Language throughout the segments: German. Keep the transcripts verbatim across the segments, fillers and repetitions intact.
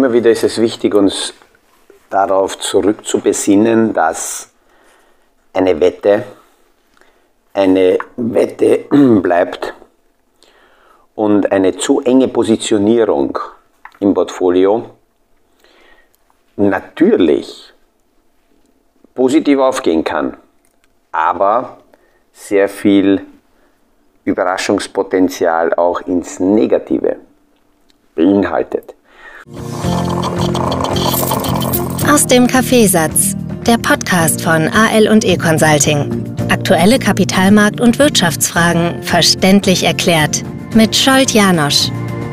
immer wieder ist es wichtig, uns darauf zurückzubesinnen, dass eine Wette eine Wette bleibt und eine zu enge Positionierung im Portfolio natürlich positiv aufgehen kann, aber sehr viel Überraschungspotenzial auch ins Negative beinhaltet. Aus dem Kaffeesatz, der Podcast von A L und E Consulting. Aktuelle Kapitalmarkt- und Wirtschaftsfragen verständlich erklärt mit Scholt Janosch.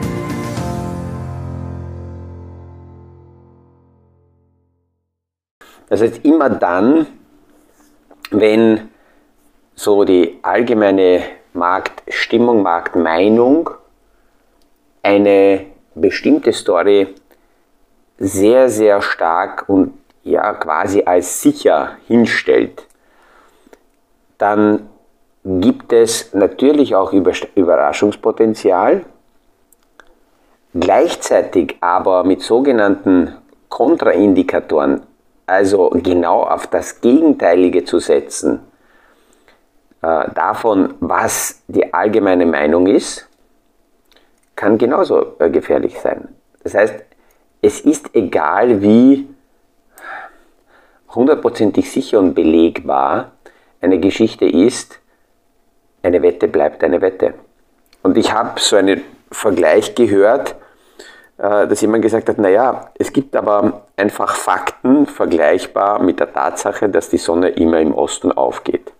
Das heißt, immer dann, wenn so die allgemeine Marktstimmung, Marktmeinung eine bestimmte Story sehr, sehr stark und ja quasi als sicher hinstellt, dann gibt es natürlich auch Überraschungspotenzial, gleichzeitig aber mit sogenannten Kontraindikatoren, also genau auf das Gegenteilige zu setzen, äh, davon, was die allgemeine Meinung ist, kann genauso äh, gefährlich sein. Das heißt, es ist egal, wie hundertprozentig sicher und belegbar eine Geschichte ist, eine Wette bleibt eine Wette. Und ich habe so einen Vergleich gehört, äh, dass jemand gesagt hat, naja, es gibt aber einfach Fakten vergleichbar mit der Tatsache, dass die Sonne immer im Osten aufgeht.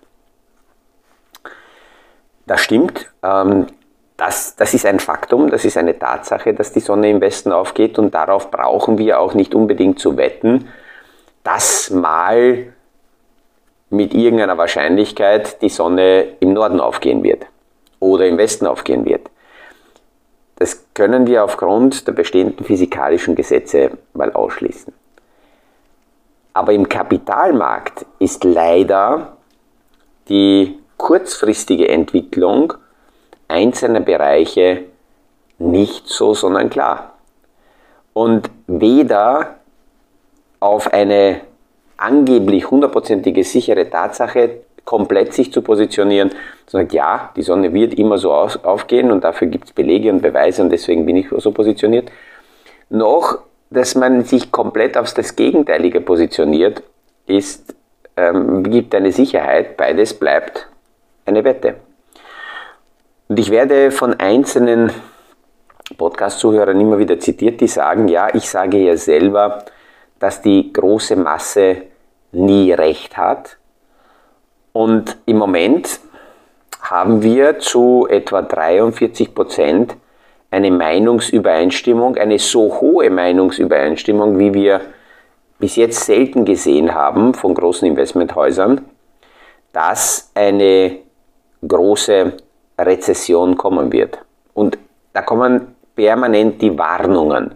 Das stimmt, ähm, das, das ist ein Faktum, das ist eine Tatsache, dass die Sonne im Westen aufgeht und darauf brauchen wir auch nicht unbedingt zu wetten, dass mal mit irgendeiner Wahrscheinlichkeit die Sonne im Norden aufgehen wird oder im Westen aufgehen wird. Das können wir aufgrund der bestehenden physikalischen Gesetze mal ausschließen. Aber im Kapitalmarkt ist leider die kurzfristige Entwicklung einzelner Bereiche nicht so sonnenklar. Und weder auf eine angeblich hundertprozentige sichere Tatsache komplett sich zu positionieren, sondern ja, die Sonne wird immer so aus, aufgehen und dafür gibt es Belege und Beweise und deswegen bin ich so positioniert, noch, dass man sich komplett auf das Gegenteilige positioniert, ist, ähm, gibt eine Sicherheit, beides bleibt eine Wette. Und ich werde von einzelnen Podcast-Zuhörern immer wieder zitiert, die sagen, ja, ich sage ja selber, dass die große Masse nie recht hat. Und im Moment haben wir zu etwa dreiundvierzig Prozent eine Meinungsübereinstimmung, eine so hohe Meinungsübereinstimmung, wie wir bis jetzt selten gesehen haben von großen Investmenthäusern, dass eine große Rezession kommen wird. Und da kommen permanent die Warnungen.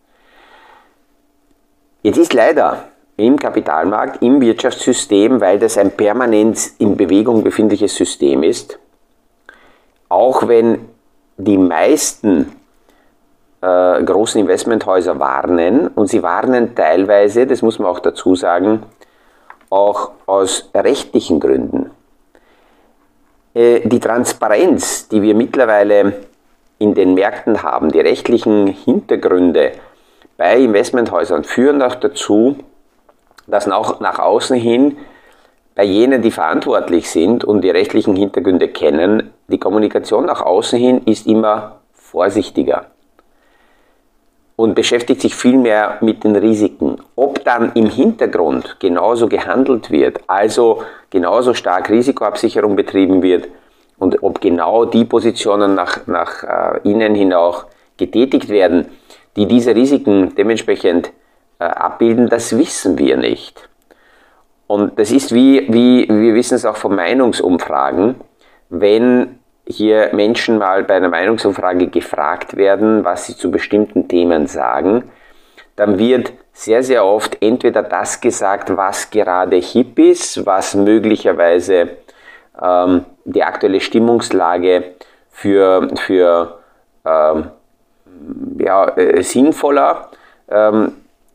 Jetzt ist leider im Kapitalmarkt, im Wirtschaftssystem, weil das ein permanent in Bewegung befindliches System ist, auch wenn die meisten äh, großen Investmenthäuser warnen, und sie warnen teilweise, das muss man auch dazu sagen, auch aus rechtlichen Gründen. Äh, die Transparenz, die wir mittlerweile in den Märkten haben, die rechtlichen Hintergründe bei Investmenthäusern führen auch dazu, dass auch nach außen hin bei jenen, die verantwortlich sind und die rechtlichen Hintergründe kennen, die Kommunikation nach außen hin ist immer vorsichtiger und beschäftigt sich viel mehr mit den Risiken. Ob dann im Hintergrund genauso gehandelt wird, also genauso stark Risikoabsicherung betrieben wird und ob genau die Positionen nach, nach äh, innen hin auch getätigt werden, die diese Risiken dementsprechend äh, abbilden, das wissen wir nicht. Und das ist wie, wie, wir wissen es auch von Meinungsumfragen, wenn hier Menschen mal bei einer Meinungsumfrage gefragt werden, was sie zu bestimmten Themen sagen, dann wird sehr, sehr oft entweder das gesagt, was gerade hip ist, was möglicherweise ähm, die aktuelle Stimmungslage für, für ähm, ja, äh, sinnvoller ähm,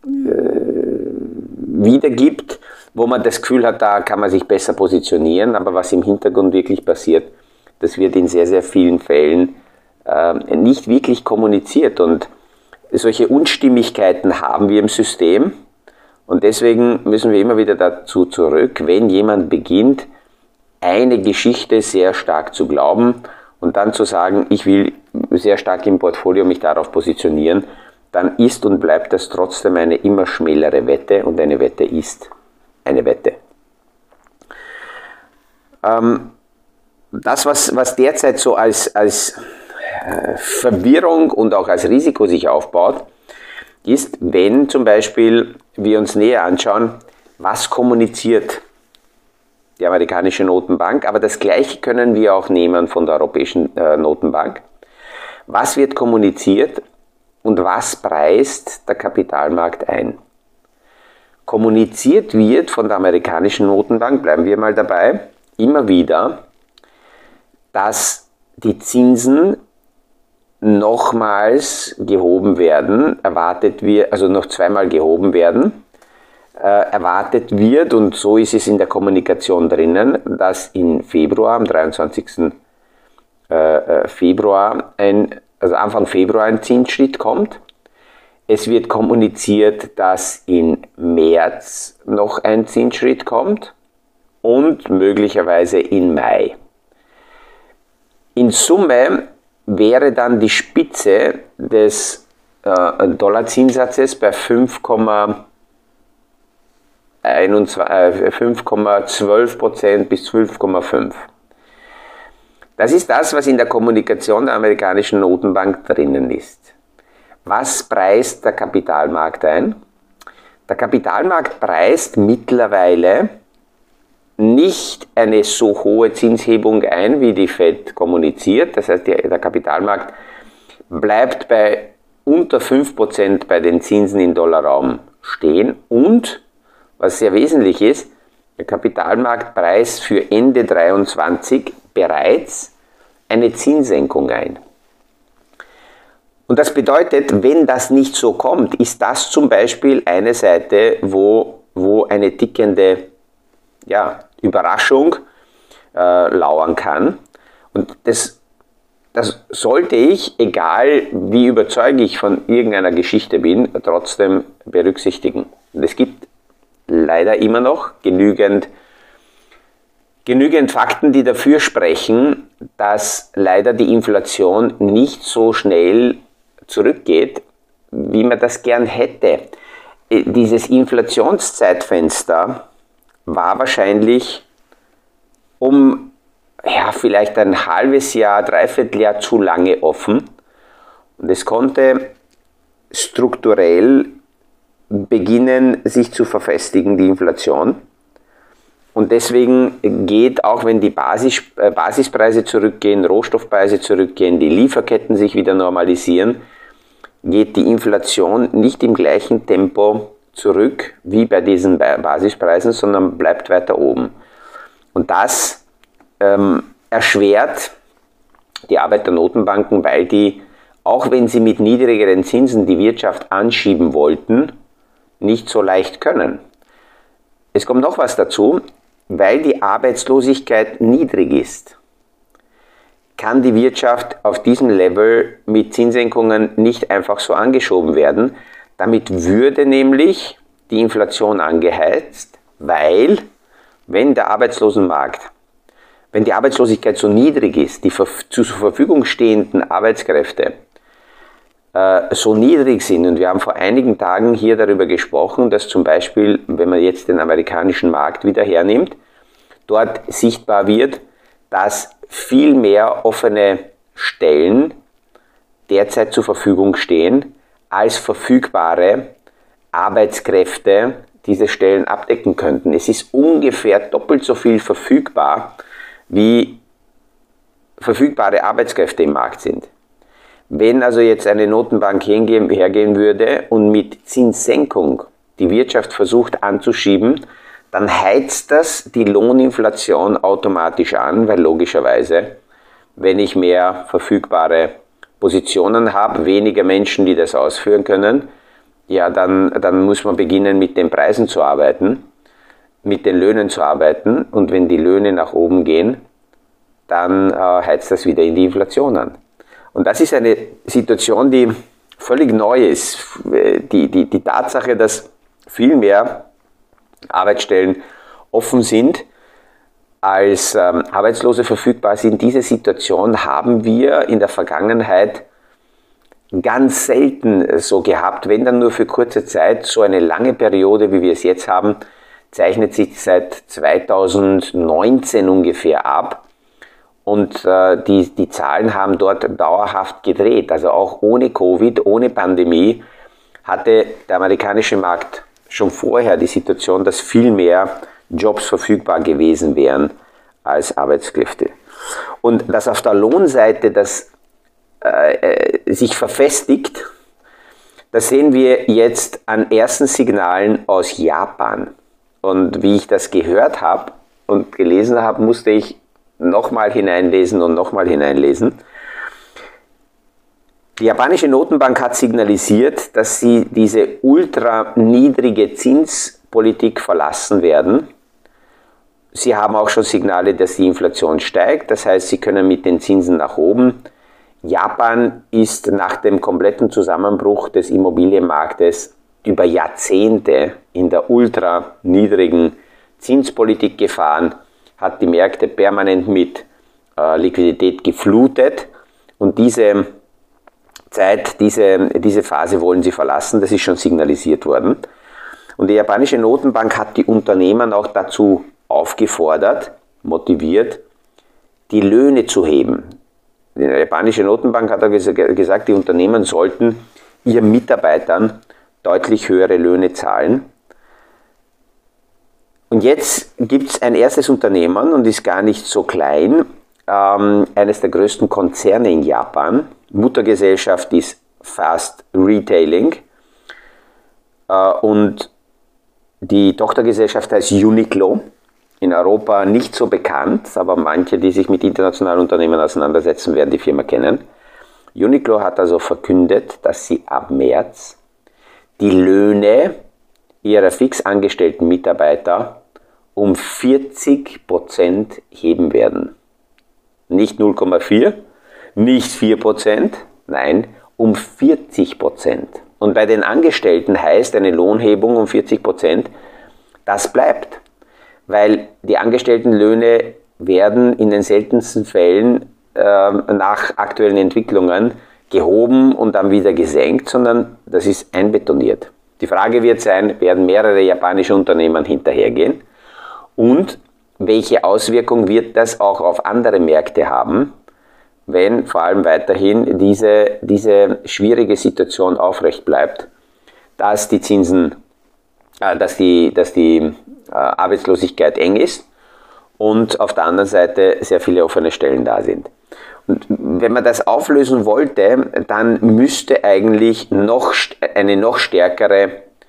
wiedergibt, wo man das Gefühl hat, da kann man sich besser positionieren, aber was im Hintergrund wirklich passiert, das wird in sehr, sehr vielen Fällen äh, nicht wirklich kommuniziert und solche Unstimmigkeiten haben wir im System und deswegen müssen wir immer wieder dazu zurück, wenn jemand beginnt, eine Geschichte sehr stark zu glauben und dann zu sagen, ich will sehr stark im Portfolio mich darauf positionieren, dann ist und bleibt das trotzdem eine immer schmälere Wette und eine Wette ist eine Wette. Ähm, das, was, was derzeit so als, als äh, Verwirrung und auch als Risiko sich aufbaut, ist, wenn zum Beispiel wir uns näher anschauen, was kommuniziert die amerikanische Notenbank, aber das Gleiche können wir auch nehmen von der Europäischen äh, Notenbank. Was wird kommuniziert und was preist der Kapitalmarkt ein? Kommuniziert wird von der amerikanischen Notenbank, bleiben wir mal dabei, immer wieder, dass die Zinsen nochmals gehoben werden, erwartet wird, also noch zweimal gehoben werden, äh, erwartet wird, und so ist es in der Kommunikation drinnen, dass in Februar, am dreiundzwanzigsten Februar, ein, also Anfang Februar ein Zinsschritt kommt. Es wird kommuniziert, dass in März noch ein Zinsschritt kommt und möglicherweise in Mai. In Summe wäre dann die Spitze des äh, Dollarzinssatzes bei fünf Komma zwölf Prozent bis zwölf Komma fünf. Das ist das, was in der Kommunikation der amerikanischen Notenbank drinnen ist. Was preist der Kapitalmarkt ein? Der Kapitalmarkt preist mittlerweile nicht eine so hohe Zinshebung ein, wie die Fed kommuniziert. Das heißt, der Kapitalmarkt bleibt bei unter fünf Prozent bei den Zinsen im Dollarraum stehen und, was sehr wesentlich ist, der Kapitalmarkt preist für Ende dreiundzwanzig bereits eine Zinssenkung ein. Und das bedeutet, wenn das nicht so kommt, ist das zum Beispiel eine Seite, wo, wo eine tickende ja, Überraschung äh, lauern kann. Und das, das sollte ich, egal wie überzeugt ich von irgendeiner Geschichte bin, trotzdem berücksichtigen. Und es gibt leider immer noch genügend Genügend Fakten, die dafür sprechen, dass leider die Inflation nicht so schnell zurückgeht, wie man das gern hätte. Dieses Inflationszeitfenster war wahrscheinlich um ja, vielleicht ein halbes Jahr, dreiviertel Jahr zu lange offen. Und es konnte strukturell beginnen, sich zu verfestigen, die Inflation. Und deswegen geht, auch wenn die Basis, äh, Basispreise zurückgehen, Rohstoffpreise zurückgehen, die Lieferketten sich wieder normalisieren, geht die Inflation nicht im gleichen Tempo zurück wie bei diesen Basispreisen, sondern bleibt weiter oben. Und das ähm, erschwert die Arbeit der Notenbanken, weil die, auch wenn sie mit niedrigeren Zinsen die Wirtschaft anschieben wollten, nicht so leicht können. Es kommt noch was dazu. Weil die Arbeitslosigkeit niedrig ist, kann die Wirtschaft auf diesem Level mit Zinssenkungen nicht einfach so angeschoben werden. Damit würde nämlich die Inflation angeheizt, weil, wenn der Arbeitslosenmarkt, wenn die Arbeitslosigkeit so niedrig ist, die zur Verfügung stehenden Arbeitskräfte äh, so niedrig sind, und wir haben vor einigen Tagen hier darüber gesprochen, dass zum Beispiel, wenn man jetzt den amerikanischen Markt wieder hernimmt, dort sichtbar wird, dass viel mehr offene Stellen derzeit zur Verfügung stehen, als verfügbare Arbeitskräfte diese Stellen abdecken könnten. Es ist ungefähr doppelt so viel verfügbar, wie verfügbare Arbeitskräfte im Markt sind. Wenn also jetzt eine Notenbank hingehen, hergehen würde und mit Zinssenkung die Wirtschaft versucht anzuschieben, dann heizt das die Lohninflation automatisch an, weil logischerweise, wenn ich mehr verfügbare Positionen habe, weniger Menschen, die das ausführen können, ja, dann, dann muss man beginnen, mit den Preisen zu arbeiten, mit den Löhnen zu arbeiten. Und wenn die Löhne nach oben gehen, dann äh, heizt das wieder in die Inflation an. Und das ist eine Situation, die völlig neu ist. Die, die, die Tatsache, dass viel mehr Arbeitsstellen offen sind, als ähm, Arbeitslose verfügbar sind, diese Situation haben wir in der Vergangenheit ganz selten so gehabt, wenn dann nur für kurze Zeit. So eine lange Periode, wie wir es jetzt haben, zeichnet sich seit zweitausendneunzehn ungefähr ab. Und äh, die, die Zahlen haben dort dauerhaft gedreht. Also auch ohne Covid, ohne Pandemie hatte der amerikanische Markt schon vorher die Situation, dass viel mehr Jobs verfügbar gewesen wären als Arbeitskräfte. Und dass auf der Lohnseite das äh, sich verfestigt, das sehen wir jetzt an ersten Signalen aus Japan. Und wie ich das gehört habe und gelesen habe, musste ich nochmal hineinlesen und nochmal hineinlesen. Die japanische Notenbank hat signalisiert, dass sie diese ultra niedrige Zinspolitik verlassen werden. Sie haben auch schon Signale, dass die Inflation steigt, das heißt, sie können mit den Zinsen nach oben. Japan ist nach dem kompletten Zusammenbruch des Immobilienmarktes über Jahrzehnte in der ultra niedrigen Zinspolitik gefahren, hat die Märkte permanent mit äh, Liquidität geflutet und diese Zeit, diese, diese Phase wollen sie verlassen, das ist schon signalisiert worden. Und die japanische Notenbank hat die Unternehmen auch dazu aufgefordert, motiviert, die Löhne zu heben. Die japanische Notenbank hat gesagt, die Unternehmen sollten ihren Mitarbeitern deutlich höhere Löhne zahlen. Und jetzt gibt es ein erstes Unternehmen und ist gar nicht so klein, ähm, eines der größten Konzerne in Japan. Muttergesellschaft ist Fast Retailing äh, und die Tochtergesellschaft heißt Uniqlo. In Europa nicht so bekannt, aber manche, die sich mit internationalen Unternehmen auseinandersetzen, werden die Firma kennen. Uniqlo hat also verkündet, dass sie ab März die Löhne ihrer fix angestellten Mitarbeiter um vierzig Prozent heben werden. Nicht null Komma vier, nicht vier Prozent, nein, um vierzig Prozent. Und bei den Angestellten heißt eine Lohnhebung um vierzig Prozent, das bleibt. Weil die Angestelltenlöhne werden in den seltensten Fällen äh, nach aktuellen Entwicklungen gehoben und dann wieder gesenkt, sondern das ist einbetoniert. Die Frage wird sein, werden mehrere japanische Unternehmen hinterhergehen und welche Auswirkung wird das auch auf andere Märkte haben, wenn vor allem weiterhin diese, diese schwierige Situation aufrecht bleibt, dass die Zinsen, äh, dass die, dass die äh, Arbeitslosigkeit eng ist und auf der anderen Seite sehr viele offene Stellen da sind. Und wenn man das auflösen wollte, dann müsste eigentlich noch eine noch stärkere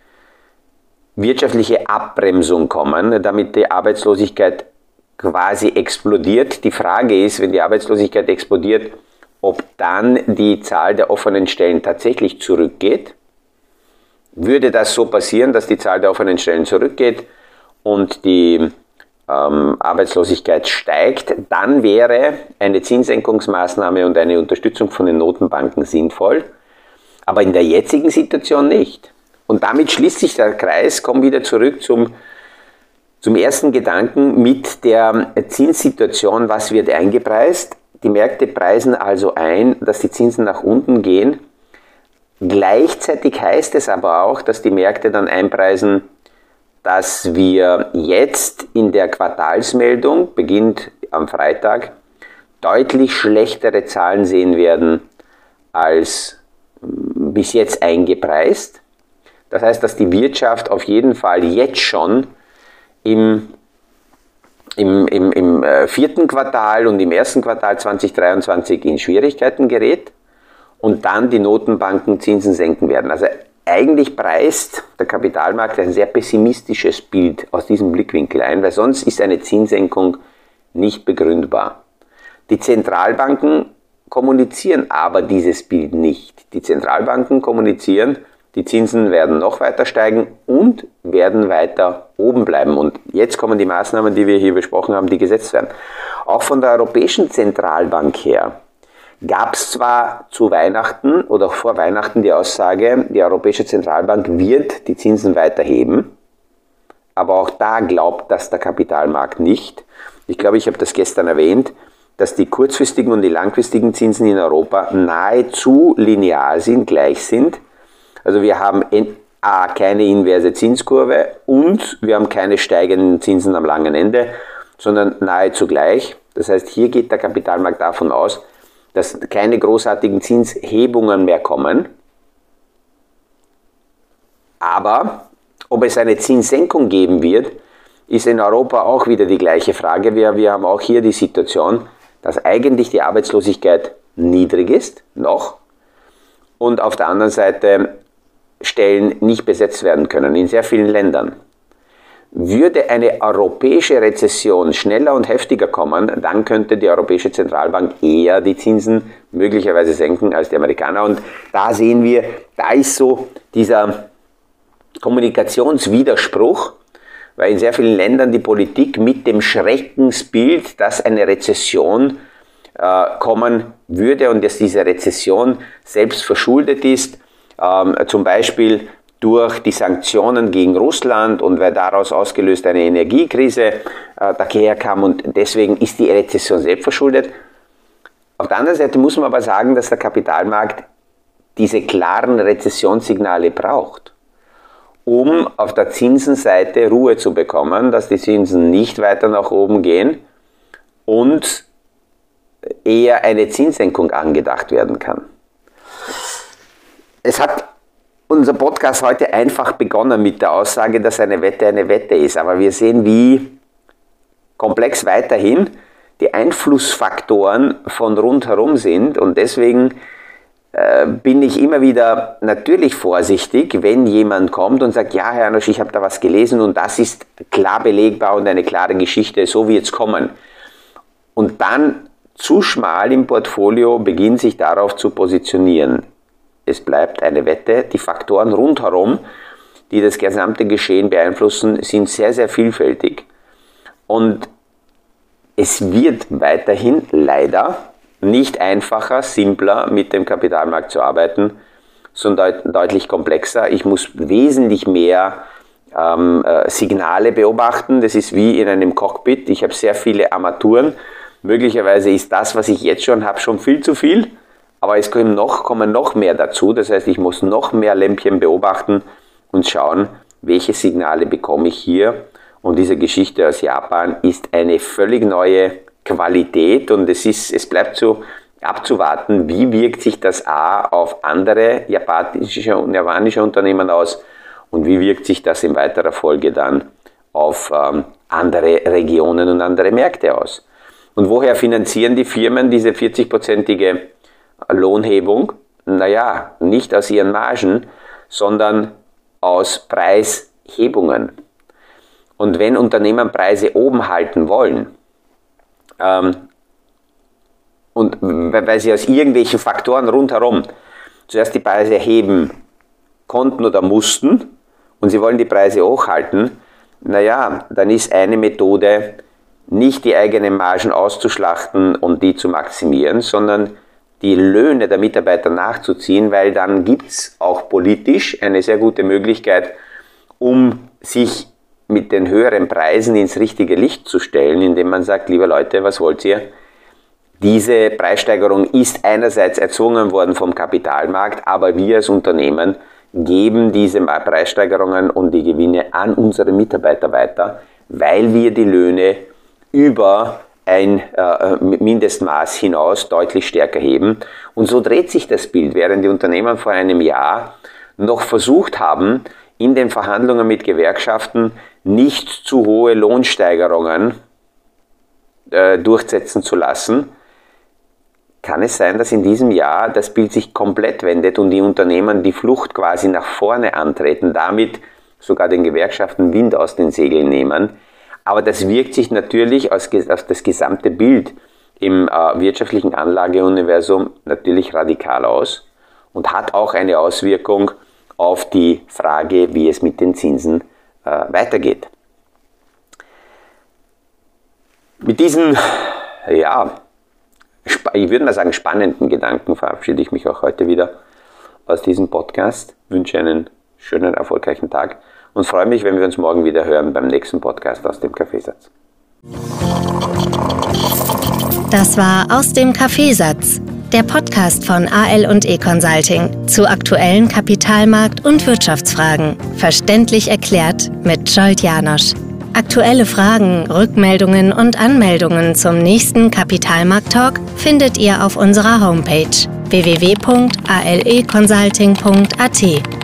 wirtschaftliche Abbremsung kommen, damit die Arbeitslosigkeit quasi explodiert. Die Frage ist, wenn die Arbeitslosigkeit explodiert, ob dann die Zahl der offenen Stellen tatsächlich zurückgeht. Würde das so passieren, dass die Zahl der offenen Stellen zurückgeht und die ähm, Arbeitslosigkeit steigt, dann wäre eine Zinssenkungsmaßnahme und eine Unterstützung von den Notenbanken sinnvoll, aber in der jetzigen Situation nicht. Und damit schließt sich der Kreis, komm wieder zurück zum, zum ersten Gedanken mit der Zinssituation, was wird eingepreist. Die Märkte preisen also ein, dass die Zinsen nach unten gehen. Gleichzeitig heißt es aber auch, dass die Märkte dann einpreisen, dass wir jetzt in der Quartalsmeldung, beginnt am Freitag, deutlich schlechtere Zahlen sehen werden als bis jetzt eingepreist. Das heißt, dass die Wirtschaft auf jeden Fall jetzt schon im, im, im, im vierten Quartal und im ersten Quartal zweitausenddreiundzwanzig in Schwierigkeiten gerät und dann die Notenbanken Zinsen senken werden. Also eigentlich preist der Kapitalmarkt ein sehr pessimistisches Bild aus diesem Blickwinkel ein, weil sonst ist eine Zinssenkung nicht begründbar. Die Zentralbanken kommunizieren aber dieses Bild nicht. Die Zentralbanken kommunizieren, die Zinsen werden noch weiter steigen und werden weiter oben bleiben. Und jetzt kommen die Maßnahmen, die wir hier besprochen haben, die gesetzt werden. Auch von der Europäischen Zentralbank her gab es zwar zu Weihnachten oder auch vor Weihnachten die Aussage, die Europäische Zentralbank wird die Zinsen weiter heben, aber auch da glaubt das der Kapitalmarkt nicht. Ich glaube, ich habe das gestern erwähnt, dass die kurzfristigen und die langfristigen Zinsen in Europa nahezu linear sind, gleich sind. Also wir haben A, keine inverse Zinskurve und wir haben keine steigenden Zinsen am langen Ende, sondern nahezu gleich. Das heißt, hier geht der Kapitalmarkt davon aus, dass keine großartigen Zinshebungen mehr kommen. Aber ob es eine Zinssenkung geben wird, ist in Europa auch wieder die gleiche Frage. Wir, wir haben auch hier die Situation, dass eigentlich die Arbeitslosigkeit niedrig ist, noch, und auf der anderen Seite Stellen nicht besetzt werden können, in sehr vielen Ländern. Würde eine europäische Rezession schneller und heftiger kommen, dann könnte die Europäische Zentralbank eher die Zinsen möglicherweise senken als die Amerikaner. Und da sehen wir, da ist so dieser Kommunikationswiderspruch, weil in sehr vielen Ländern die Politik mit dem Schreckensbild, dass eine Rezession äh, kommen würde und dass diese Rezession selbst verschuldet ist, ähm, zum Beispiel durch die Sanktionen gegen Russland und weil daraus ausgelöst eine Energiekrise äh, daherkam und deswegen ist die Rezession selbst verschuldet. Auf der anderen Seite muss man aber sagen, dass der Kapitalmarkt diese klaren Rezessionssignale braucht, um auf der Zinsenseite Ruhe zu bekommen, dass die Zinsen nicht weiter nach oben gehen und eher eine Zinssenkung angedacht werden kann. Es hat unser Podcast heute einfach begonnen mit der Aussage, dass eine Wette eine Wette ist, aber wir sehen, wie komplex weiterhin die Einflussfaktoren von rundherum sind und deswegen äh, bin ich immer wieder natürlich vorsichtig, wenn jemand kommt und sagt, ja, Herr Janosch, ich habe da was gelesen und das ist klar belegbar und eine klare Geschichte, so wird es kommen. Und dann zu schmal im Portfolio beginnt sich darauf zu positionieren. Es bleibt eine Wette. Die Faktoren rundherum, die das gesamte Geschehen beeinflussen, sind sehr, sehr vielfältig. Und es wird weiterhin leider nicht einfacher, simpler mit dem Kapitalmarkt zu arbeiten, sondern deut- deutlich komplexer. Ich muss wesentlich mehr ähm, äh, Signale beobachten. Das ist wie in einem Cockpit. Ich habe sehr viele Armaturen. Möglicherweise ist das, was ich jetzt schon habe, schon viel zu viel. Aber es kommen noch, kommen noch mehr dazu, das heißt, ich muss noch mehr Lämpchen beobachten und schauen, welche Signale bekomme ich hier. Und diese Geschichte aus Japan ist eine völlig neue Qualität und es, ist, es bleibt so abzuwarten, wie wirkt sich das A auf andere japanische und japanische Unternehmen aus und wie wirkt sich das in weiterer Folge dann auf ähm, andere Regionen und andere Märkte aus. Und woher finanzieren die Firmen diese vierzig-prozentige Lohnhebung? Naja, nicht aus ihren Margen, sondern aus Preishebungen. Und wenn Unternehmen Preise oben halten wollen, ähm, und weil sie aus irgendwelchen Faktoren rundherum zuerst die Preise erheben konnten oder mussten und sie wollen die Preise hochhalten, naja, dann ist eine Methode, nicht die eigenen Margen auszuschlachten und die zu maximieren, sondern die Löhne der Mitarbeiter nachzuziehen, weil dann gibt es auch politisch eine sehr gute Möglichkeit, um sich mit den höheren Preisen ins richtige Licht zu stellen, indem man sagt, liebe Leute, was wollt ihr? Diese Preissteigerung ist einerseits erzwungen worden vom Kapitalmarkt, aber wir als Unternehmen geben diese Preissteigerungen und die Gewinne an unsere Mitarbeiter weiter, weil wir die Löhne über ein äh, Mindestmaß hinaus deutlich stärker heben. Und so dreht sich das Bild, während die Unternehmen vor einem Jahr noch versucht haben, in den Verhandlungen mit Gewerkschaften nicht zu hohe Lohnsteigerungen äh, durchsetzen zu lassen, kann es sein, dass in diesem Jahr das Bild sich komplett wendet und die Unternehmen die Flucht quasi nach vorne antreten, damit sogar den Gewerkschaften Wind aus den Segeln nehmen. Aber das wirkt sich natürlich auf das gesamte Bild im äh, wirtschaftlichen Anlageuniversum natürlich radikal aus und hat auch eine Auswirkung auf die Frage, wie es mit den Zinsen äh, weitergeht. Mit diesen, ja, ich würde mal sagen, spannenden Gedanken verabschiede ich mich auch heute wieder aus diesem Podcast. Wünsche einen schönen, erfolgreichen Tag und freue mich, wenn wir uns morgen wieder hören beim nächsten Podcast aus dem Kaffeesatz. Das war Aus dem Kaffeesatz, der Podcast von A L und E Consulting zu aktuellen Kapitalmarkt- und Wirtschaftsfragen. Verständlich erklärt mit Scholt Janosch. Aktuelle Fragen, Rückmeldungen und Anmeldungen zum nächsten Kapitalmarkt-Talk findet ihr auf unserer Homepage w w w punkt a l e consulting punkt a t.